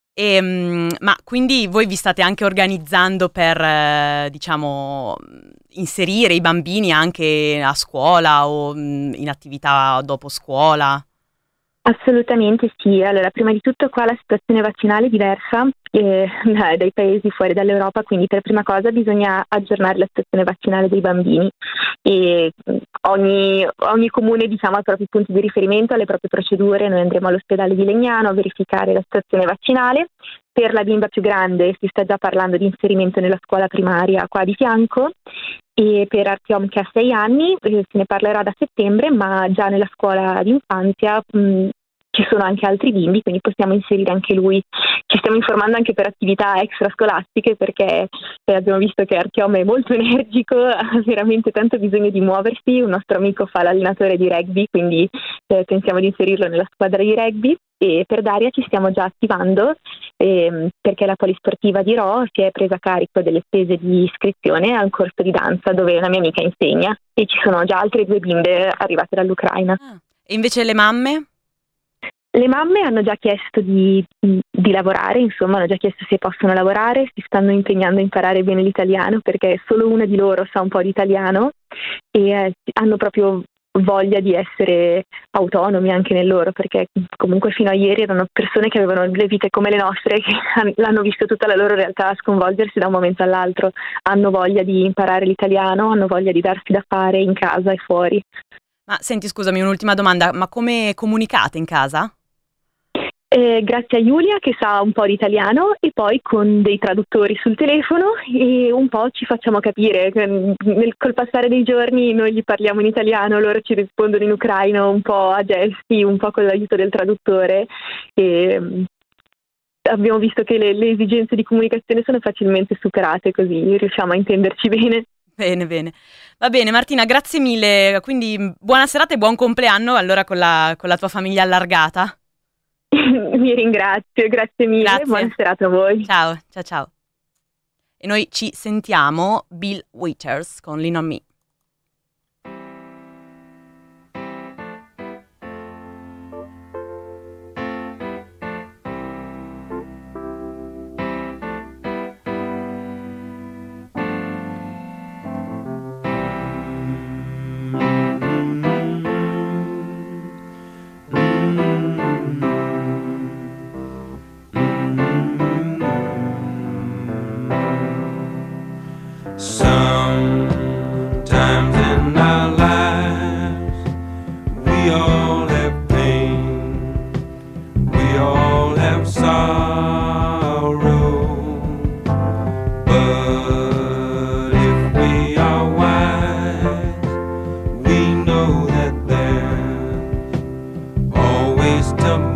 Ma quindi voi vi state anche organizzando per, diciamo, inserire i bambini anche a scuola o in attività dopo scuola? Assolutamente sì. Allora, prima di tutto qua la situazione vaccinale è diversa dai paesi fuori dall'Europa, quindi per prima cosa bisogna aggiornare la situazione vaccinale dei bambini, e ogni comune, diciamo, ha i propri punti di riferimento, ha le proprie procedure. Noi andremo all'ospedale di Legnano a verificare la situazione vaccinale. Per la bimba più grande si sta già parlando di inserimento nella scuola primaria qua di fianco, e per Artyom, che ha 6 anni, se ne parlerà da settembre, ma già nella scuola d'infanzia ci sono anche altri bimbi, quindi possiamo inserire anche lui. Ci stiamo informando anche per attività extrascolastiche, perché abbiamo visto che Artyom è molto energico, ha veramente tanto bisogno di muoversi. Un nostro amico fa l'allenatore di rugby, quindi pensiamo di inserirlo nella squadra di rugby. E per Daria ci stiamo già attivando, perché la polisportiva di Ro si è presa carico delle spese di iscrizione a un corso di danza dove una mia amica insegna, e ci sono già altre 2 bimbe arrivate dall'Ucraina. E invece le mamme? Le mamme hanno già chiesto di lavorare, insomma, hanno già chiesto se possono lavorare, si stanno impegnando a imparare bene l'italiano, perché solo una di loro sa un po' di italiano, e hanno proprio voglia di essere autonomi anche nel loro, perché comunque fino a ieri erano persone che avevano le vite come le nostre, che l'hanno visto tutta la loro realtà sconvolgersi da un momento all'altro. Hanno voglia di imparare l'italiano, hanno voglia di darsi da fare in casa e fuori. Ma senti, scusami, un'ultima domanda, ma come comunicate in casa? Grazie a Giulia, che sa un po' di italiano, e poi con dei traduttori sul telefono, e un po' ci facciamo capire. Col passare dei giorni noi gli parliamo in italiano, loro ci rispondono in ucraino, un po' a gesti, un po' con l'aiuto del traduttore, e abbiamo visto che le esigenze di comunicazione sono facilmente superate, così riusciamo a intenderci bene. Bene, bene. Va bene, Martina, grazie mille. Quindi buona serata e buon compleanno allora con la tua famiglia allargata. Vi ringrazio, grazie mille, Grazie. Buona serata a voi. Ciao, ciao, ciao. E noi ci sentiamo Bill Withers con Lean on Me. Sometimes in our lives we all have pain, we all have sorrow, but if we are wise, we know that there's always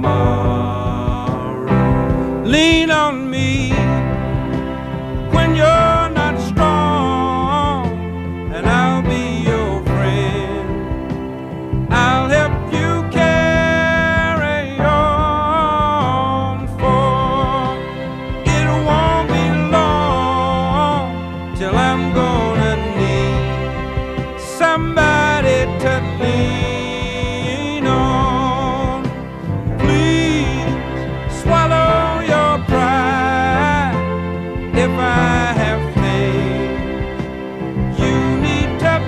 tomorrow. Lean on me when you're not strong, and I'll be your friend. I'll help you carry on, for it won't be long till I'm gonna need somebody to lean on. Please swallow your pride. If I have faith, you need to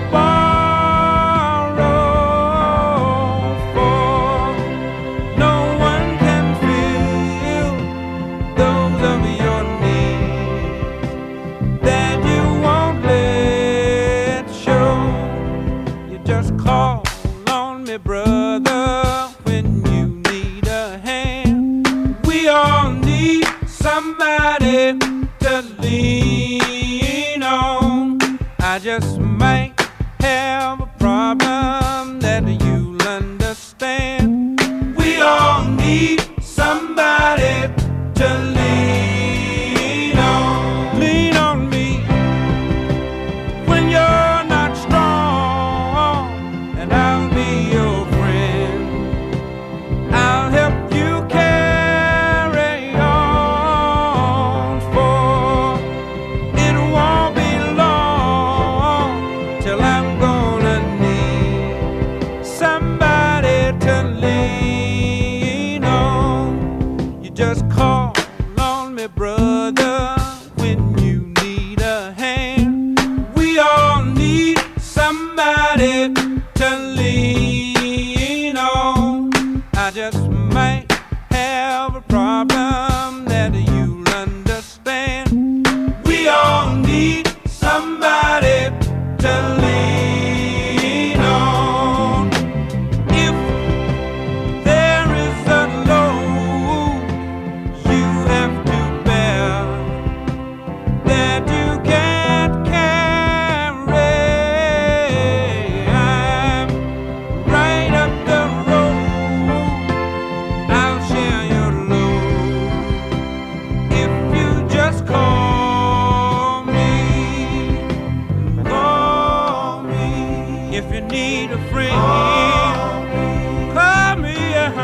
borrow, for no one can fill those of your needs that you won't let show. You just call on me, brother, when you need a hand. We all need somebody to lean on. I just might have a problem that you'll understand. We all need somebody to lean just call on me, brother, when you need a hand. We all need somebody to lean on. I just might have a problem that you'll understand. We all need somebody to lean on. If there is a load you have to bear that you can't carry, I'm right up the road. I'll share your load if you just call me. Call me if you need a friend. Call me.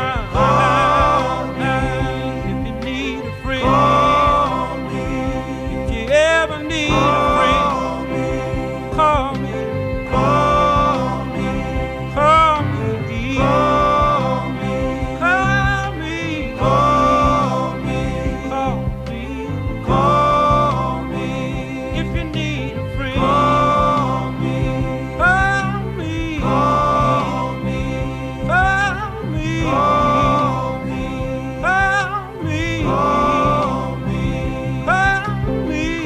If you need a friend. Call me. If you ever need a friend. Call me. Call me. Call me. Call me. Call me. Call me. Call me. If you need a friend. Call me. Call me. Call me. Call me. Call me. Call me. Call me. Call me.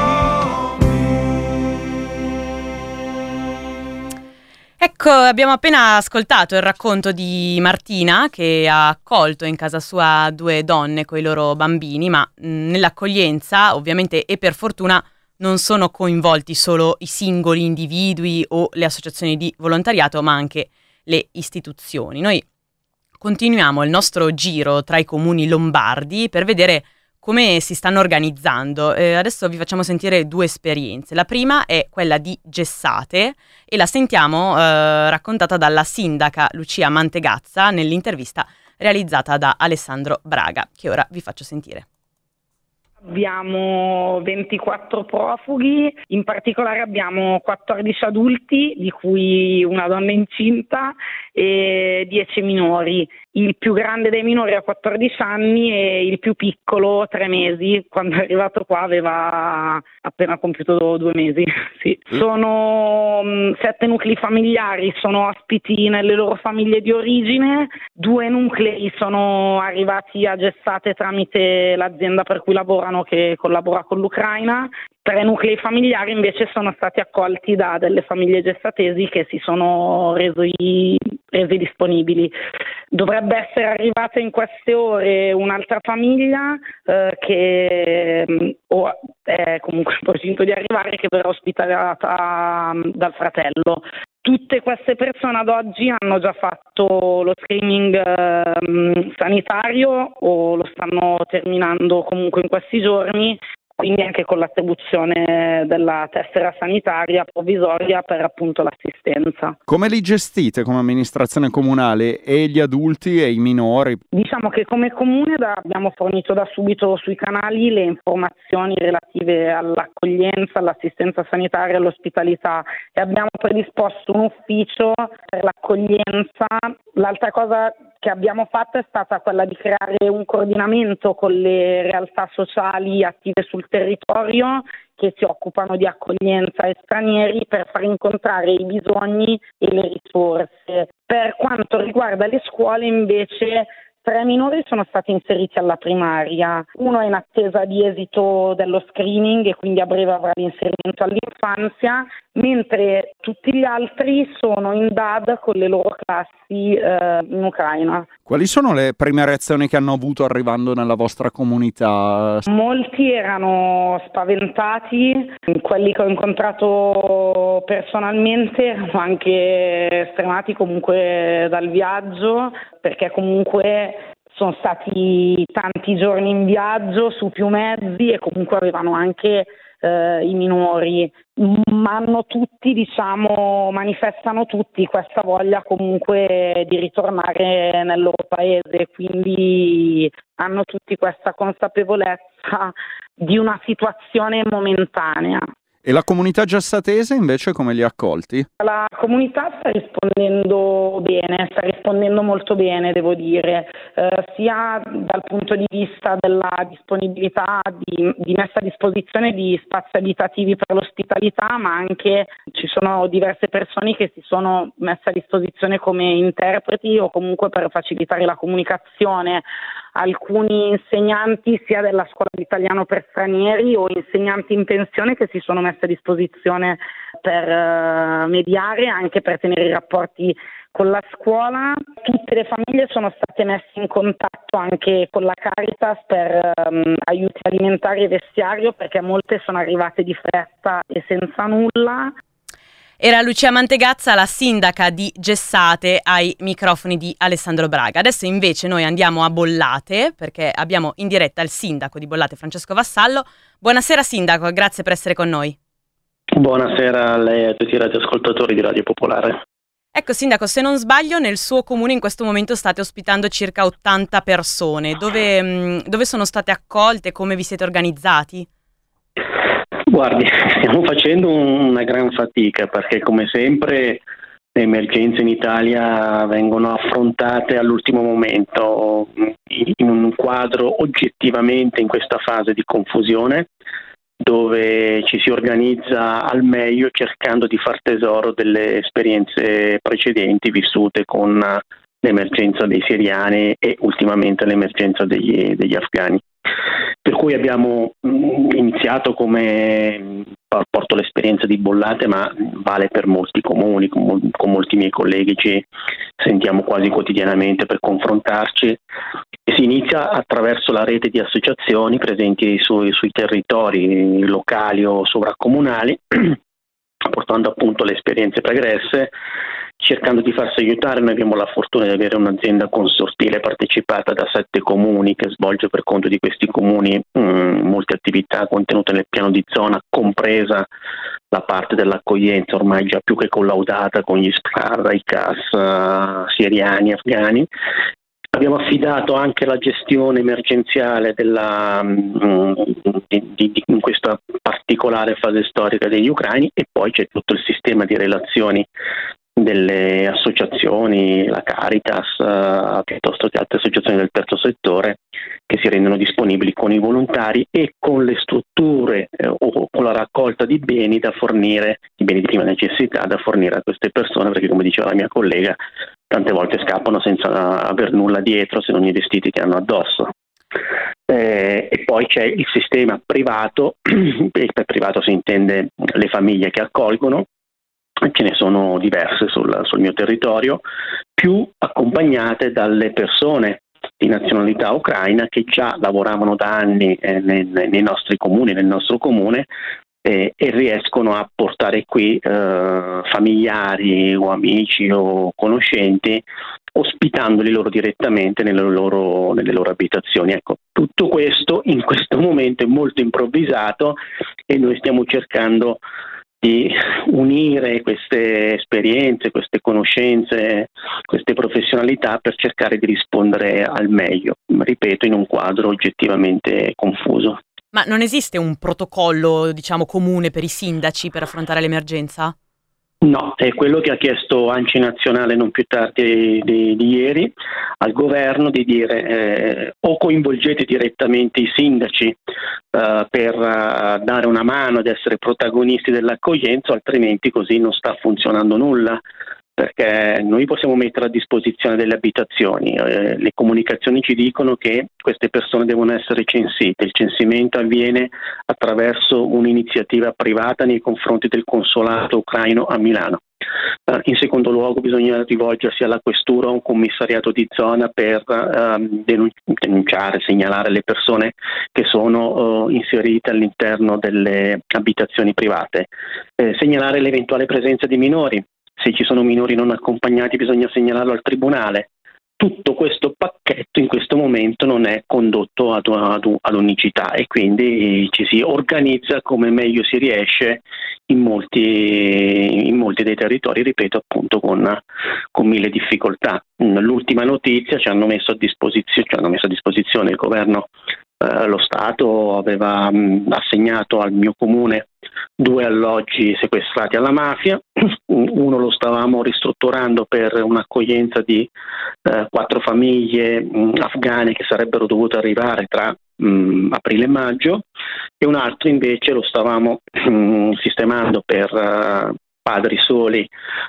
Ecco, abbiamo appena ascoltato il racconto di Martina che ha accolto in casa sua 2 donne con i loro bambini, ma nell'accoglienza ovviamente e per fortuna non sono coinvolti solo i singoli individui o le associazioni di volontariato, ma anche le istituzioni. Noi continuiamo il nostro giro tra i comuni lombardi per vedere come si stanno organizzando. Adesso vi facciamo sentire 2 esperienze. La prima è quella di Gessate e la sentiamo raccontata dalla sindaca Lucia Mantegazza nell'intervista realizzata da Alessandro Braga, che ora vi faccio sentire. Abbiamo 24 profughi, in particolare abbiamo 14 adulti, di cui una donna incinta e 10 minori. Il più grande dei minori ha 14 anni e il più piccolo 3 mesi. Quando è arrivato qua aveva appena compiuto 2 mesi. Sì. Sono 7 nuclei familiari, sono ospiti nelle loro famiglie di origine. 2 nuclei sono arrivati a Gessate tramite l'azienda per cui lavorano, che collabora con l'Ucraina. 3 nuclei familiari invece sono stati accolti da delle famiglie gessatesi che si sono resi disponibili. Dovrebbe essere arrivata in queste ore un'altra famiglia che è comunque in procinto di arrivare, che verrà ospitata dal fratello. Tutte queste persone ad oggi hanno già fatto lo screening sanitario o lo stanno terminando comunque in questi giorni, quindi anche con l'attribuzione della tessera sanitaria provvisoria per appunto l'assistenza. Come li gestite come amministrazione comunale, e gli adulti e i minori? Diciamo che come comune abbiamo fornito da subito sui canali le informazioni relative all'accoglienza, all'assistenza sanitaria, all'ospitalità, e abbiamo predisposto un ufficio per l'accoglienza. L'altra cosa che abbiamo fatto è stata quella di creare un coordinamento con le realtà sociali attive sul territorio che si occupano di accoglienza ai stranieri, per far incontrare i bisogni e le risorse. Per quanto riguarda le scuole invece 3 minori sono stati inseriti alla primaria, uno è in attesa di esito dello screening e quindi a breve avrà l'inserimento all'infanzia, mentre tutti gli altri sono in DAD con le loro classi in Ucraina. Quali sono le prime reazioni che hanno avuto arrivando nella vostra comunità? Molti erano spaventati, quelli che ho incontrato personalmente erano anche stremati comunque dal viaggio, perché comunque sono stati tanti giorni in viaggio su più mezzi e comunque avevano anche i minori, ma hanno tutti, manifestano tutti questa voglia comunque di ritornare nel loro paese, quindi hanno tutti questa consapevolezza di una situazione momentanea. E la comunità giassatese invece come li ha accolti? La comunità sta rispondendo bene, sta rispondendo molto bene, devo dire, sia dal punto di vista della disponibilità di messa a disposizione di spazi abitativi per l'ospitalità, ma anche ci sono diverse persone che si sono messe a disposizione come interpreti o comunque per facilitare la comunicazione. Alcuni insegnanti sia della scuola di italiano per stranieri o insegnanti in pensione che si sono messi a disposizione per mediare, anche per tenere i rapporti con la scuola. Tutte le famiglie sono state messe in contatto anche con la Caritas per aiuti alimentari e vestiario, perché molte sono arrivate di fretta e senza nulla. Era Lucia Mantegazza, la sindaca di Gessate, ai microfoni di Alessandro Braga. Adesso invece noi andiamo a Bollate, perché abbiamo in diretta il sindaco di Bollate, Francesco Vassallo. Buonasera sindaco, grazie per essere con noi. Buonasera a lei e a tutti i radioascoltatori di Radio Popolare. Ecco sindaco, se non sbaglio nel suo comune in questo momento state ospitando circa 80 persone. Dove sono state accolte? Come vi siete organizzati? Guardi, stiamo facendo una gran fatica perché come sempre le emergenze in Italia vengono affrontate all'ultimo momento in un quadro oggettivamente in questa fase di confusione dove ci si organizza al meglio cercando di far tesoro delle esperienze precedenti vissute con l'emergenza dei siriani e ultimamente l'emergenza degli afghani. Per cui abbiamo iniziato porto l'esperienza di Bollate, ma vale per molti comuni, con molti miei colleghi ci sentiamo quasi quotidianamente per confrontarci. E si inizia attraverso la rete di associazioni presenti sui territori locali o sovracomunali, portando appunto le esperienze pregresse, cercando di farsi aiutare. Noi abbiamo la fortuna di avere un'azienda consortile partecipata da 7 comuni che svolge per conto di questi comuni molte attività contenute nel piano di zona, compresa la parte dell'accoglienza ormai già più che collaudata con gli SPRAR, i CAS siriani, afghani. Abbiamo affidato anche la gestione emergenziale in questa particolare fase storica degli ucraini, e poi c'è tutto il sistema di relazioni delle associazioni, la Caritas, piuttosto che altre associazioni del terzo settore che si rendono disponibili con i volontari e con le strutture o con la raccolta di beni da fornire, i beni di prima necessità da fornire a queste persone, perché come diceva la mia collega tante volte scappano senza aver nulla dietro se non i vestiti che hanno addosso. E poi c'è il sistema privato, per privato si intende le famiglie che accolgono. Ce ne sono diverse sul mio territorio, più accompagnate dalle persone di nazionalità ucraina che già lavoravano da anni nei nostri comuni, nel nostro comune, e riescono a portare qui familiari o amici o conoscenti, ospitandoli loro direttamente nelle loro abitazioni. Ecco, tutto questo in questo momento è molto improvvisato e noi stiamo cercando di unire queste esperienze, queste conoscenze, queste professionalità per cercare di rispondere al meglio, ripeto, in un quadro oggettivamente confuso. Ma non esiste un protocollo, diciamo, comune per i sindaci per affrontare l'emergenza? No, è quello che ha chiesto ANCI Nazionale non più tardi di ieri al governo, di dire o coinvolgete direttamente i sindaci per dare una mano ad essere protagonisti dell'accoglienza, altrimenti così non sta funzionando nulla, perché noi possiamo mettere a disposizione delle abitazioni, le comunicazioni ci dicono che queste persone devono essere censite, il censimento avviene attraverso un'iniziativa privata nei confronti del consolato ucraino a Milano. In secondo luogo bisogna rivolgersi alla questura o a un commissariato di zona per denunciare, segnalare le persone che sono inserite all'interno delle abitazioni private, segnalare l'eventuale presenza di minori. Se ci sono minori non accompagnati bisogna segnalarlo al tribunale. Tutto questo pacchetto in questo momento non è condotto ad unicità e quindi ci si organizza come meglio si riesce in molti dei territori, ripeto, appunto con mille difficoltà. L'ultima notizia ci hanno messo a disposizione il governo, lo Stato aveva assegnato al mio comune 2 alloggi sequestrati alla mafia, uno lo stavamo ristrutturando per un'accoglienza di 4 famiglie afghane che sarebbero dovute arrivare tra aprile e maggio, e un altro invece lo stavamo sistemando per padri soli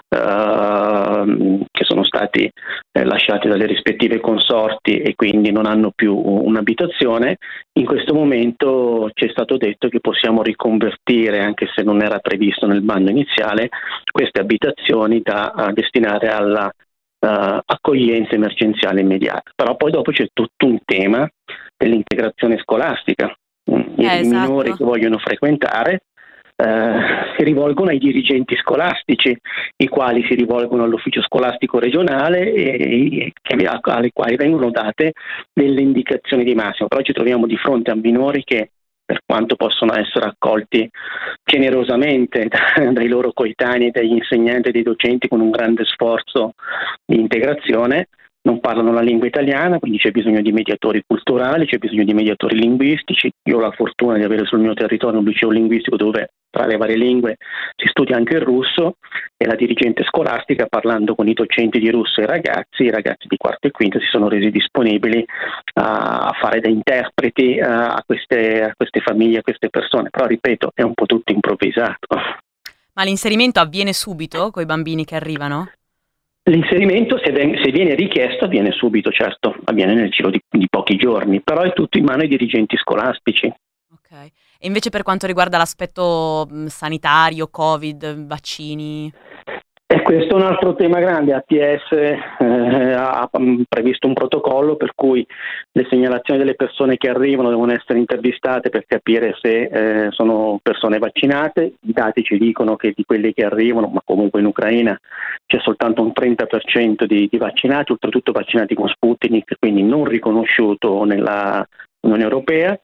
che sono stati lasciati dalle rispettive consorti e quindi non hanno più un'abitazione. In questo momento ci è stato detto che possiamo riconvertire, anche se non era previsto nel bando iniziale, queste abitazioni da destinare alla accoglienza emergenziale immediata. Però poi dopo c'è tutto un tema dell'integrazione scolastica. I minori che vogliono frequentare si rivolgono ai dirigenti scolastici, i quali si rivolgono all'ufficio scolastico regionale e alle quali vengono date delle indicazioni di massimo. Però ci troviamo di fronte a minori che, per quanto possono essere accolti generosamente dai loro coetanei, dagli insegnanti e dai docenti con un grande sforzo di integrazione, non parlano la lingua italiana, quindi c'è bisogno di mediatori culturali, c'è bisogno di mediatori linguistici. Io ho la fortuna di avere sul mio territorio un liceo linguistico dove tra le varie lingue si studia anche il russo, e la dirigente scolastica, parlando con i docenti di russo e i ragazzi di quarto e quinto si sono resi disponibili a fare da interpreti a queste famiglie, a queste persone. Però ripeto, è un po' tutto improvvisato. Ma l'inserimento avviene subito con i bambini che arrivano? L'inserimento, se viene richiesto, avviene subito, certo, avviene nel giro di pochi giorni, però è tutto in mano ai dirigenti scolastici. Ok. E invece per quanto riguarda l'aspetto sanitario, Covid, vaccini? E questo è un altro tema grande. ATS ha previsto un protocollo per cui le segnalazioni delle persone che arrivano devono essere intervistate per capire se sono persone vaccinate. I dati ci dicono che di quelli che arrivano, ma comunque in Ucraina c'è soltanto un 30% di vaccinati, oltretutto vaccinati con Sputnik, quindi non riconosciuto nella Unione Europea.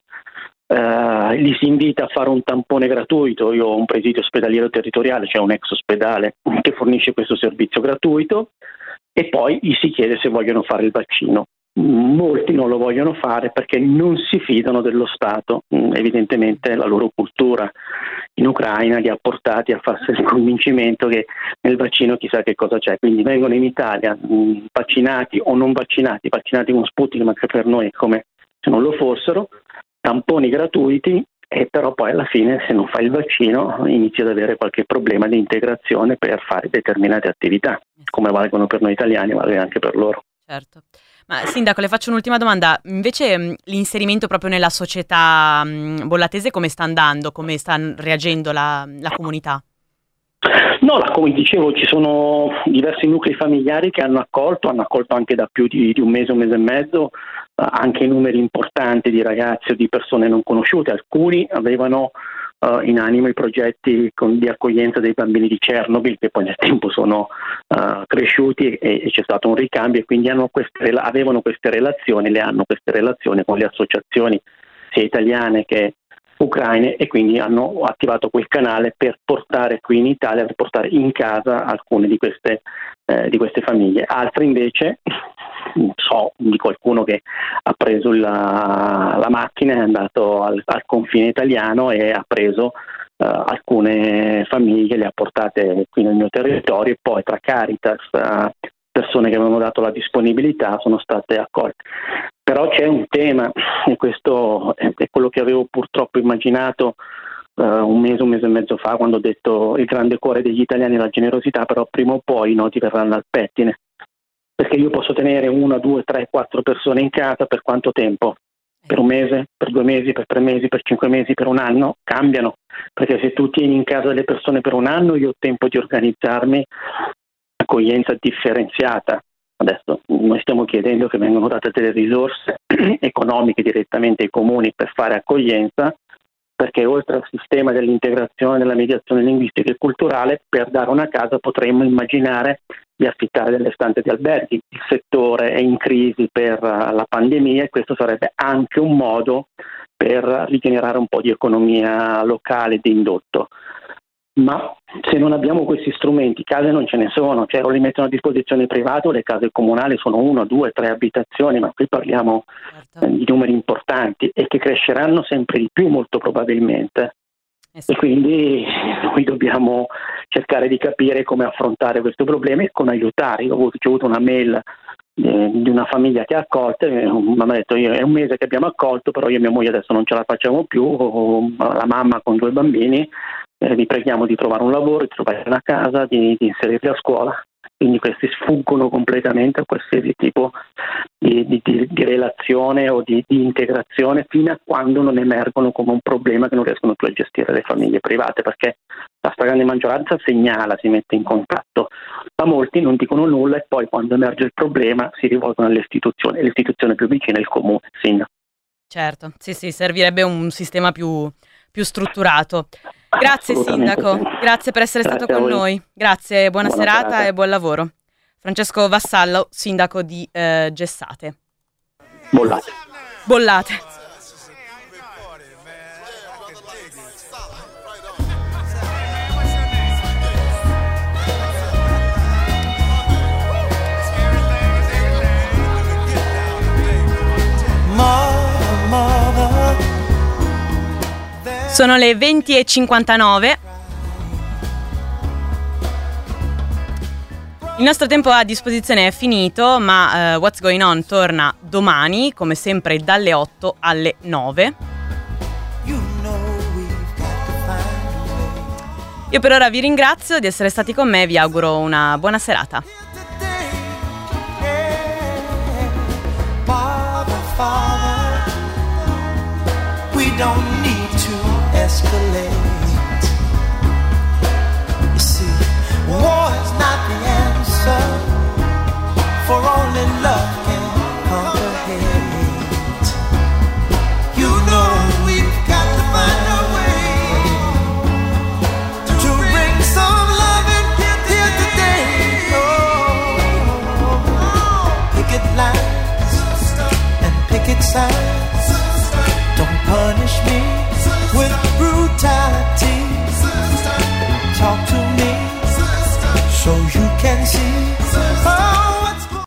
Li si invita a fare un tampone gratuito. Io ho un presidio ospedaliero territoriale, cioè un ex ospedale che fornisce questo servizio gratuito, e poi gli si chiede se vogliono fare il vaccino. Molti non lo vogliono fare perché non si fidano dello Stato. Evidentemente la loro cultura in Ucraina li ha portati a farsi il convincimento che nel vaccino chissà che cosa c'è, quindi vengono in Italia vaccinati o non vaccinati, vaccinati con Sputnik, ma che per noi è come se non lo fossero, tamponi gratuiti, e però poi alla fine, se non fai il vaccino, inizi ad avere qualche problema di integrazione per fare determinate attività. Come valgono per noi italiani, vale anche per loro. Certo. Ma Sindaco, le faccio un'ultima domanda. Invece l'inserimento proprio nella società bollatese come sta andando? Come sta reagendo la comunità? No, come dicevo, ci sono diversi nuclei familiari che hanno accolto anche da più di un mese e mezzo, anche numeri importanti di ragazzi o di persone non conosciute. Alcuni avevano in animo i progetti di accoglienza dei bambini di Chernobyl, che poi nel tempo sono cresciuti e c'è stato un ricambio, e quindi avevano queste relazioni con le associazioni sia italiane che ucraine, e quindi hanno attivato quel canale per portare qui in Italia, per portare in casa alcune di queste famiglie. Altre invece, so di qualcuno che ha preso la macchina, è andato al confine italiano e ha preso alcune famiglie, le ha portate qui nel mio territorio, e poi tra Caritas, persone che avevano dato la disponibilità, sono state accolte. Però c'è un tema, e questo è quello che avevo purtroppo immaginato un mese e mezzo fa, quando ho detto il grande cuore degli italiani è la generosità, però prima o poi i nodi verranno al pettine, perché io posso tenere 1, 2, 3, 4 persone in casa per quanto tempo? Per un mese, per 2 mesi, per 3 mesi, per 5 mesi, per un anno? Cambiano, perché se tu tieni in casa delle persone per un anno, io ho tempo di organizzarmi accoglienza differenziata. Adesso noi stiamo chiedendo che vengano date delle risorse economiche direttamente ai comuni per fare accoglienza, perché oltre al sistema dell'integrazione, della mediazione linguistica e culturale, per dare una casa potremmo immaginare di affittare delle stanze di alberghi. Il settore è in crisi per la pandemia, e questo sarebbe anche un modo per rigenerare un po' di economia locale di indotto. Ma se non abbiamo questi strumenti, case non ce ne sono, cioè o li mettono a disposizione private o le case comunali sono 1, 2, 3 abitazioni, ma qui parliamo di numeri importanti e che cresceranno sempre di più molto probabilmente. E quindi noi dobbiamo cercare di capire come affrontare questo problema e come aiutare. Io ho ricevuto una mail di una famiglia che ha accolto, mi hanno detto è un mese che abbiamo accolto, però io e mia moglie adesso non ce la facciamo più, la mamma con 2 bambini, vi preghiamo di trovare un lavoro, di trovare una casa, di inserirli a scuola. Quindi questi sfuggono completamente a qualsiasi tipo di relazione o di integrazione fino a quando non emergono come un problema che non riescono più a gestire le famiglie private, perché la stragrande maggioranza segnala, si mette in contatto, ma molti non dicono nulla e poi quando emerge il problema si rivolgono alle istituzioni, l'istituzione più vicina è il comune, il sindaco. Certo, sì, servirebbe un sistema più strutturato. Grazie Sindaco, sì. Grazie per essere stato con noi. Grazie, buona serata e buon lavoro. Francesco Vassallo, sindaco di Gessate. Bollate. Sono le 20:59. Il nostro tempo a disposizione è finito, ma What's Going On torna domani, come sempre dalle 8 alle 9. Io per ora vi ringrazio di essere stati con me e vi auguro una buona serata. We don't need to escalate. You see, war is not the answer, for only love can conquer hate. You know we've got to find a way to bring some love in here today. Picket lines and picket signs, don't punish me with brutality. Talk to me so you can see.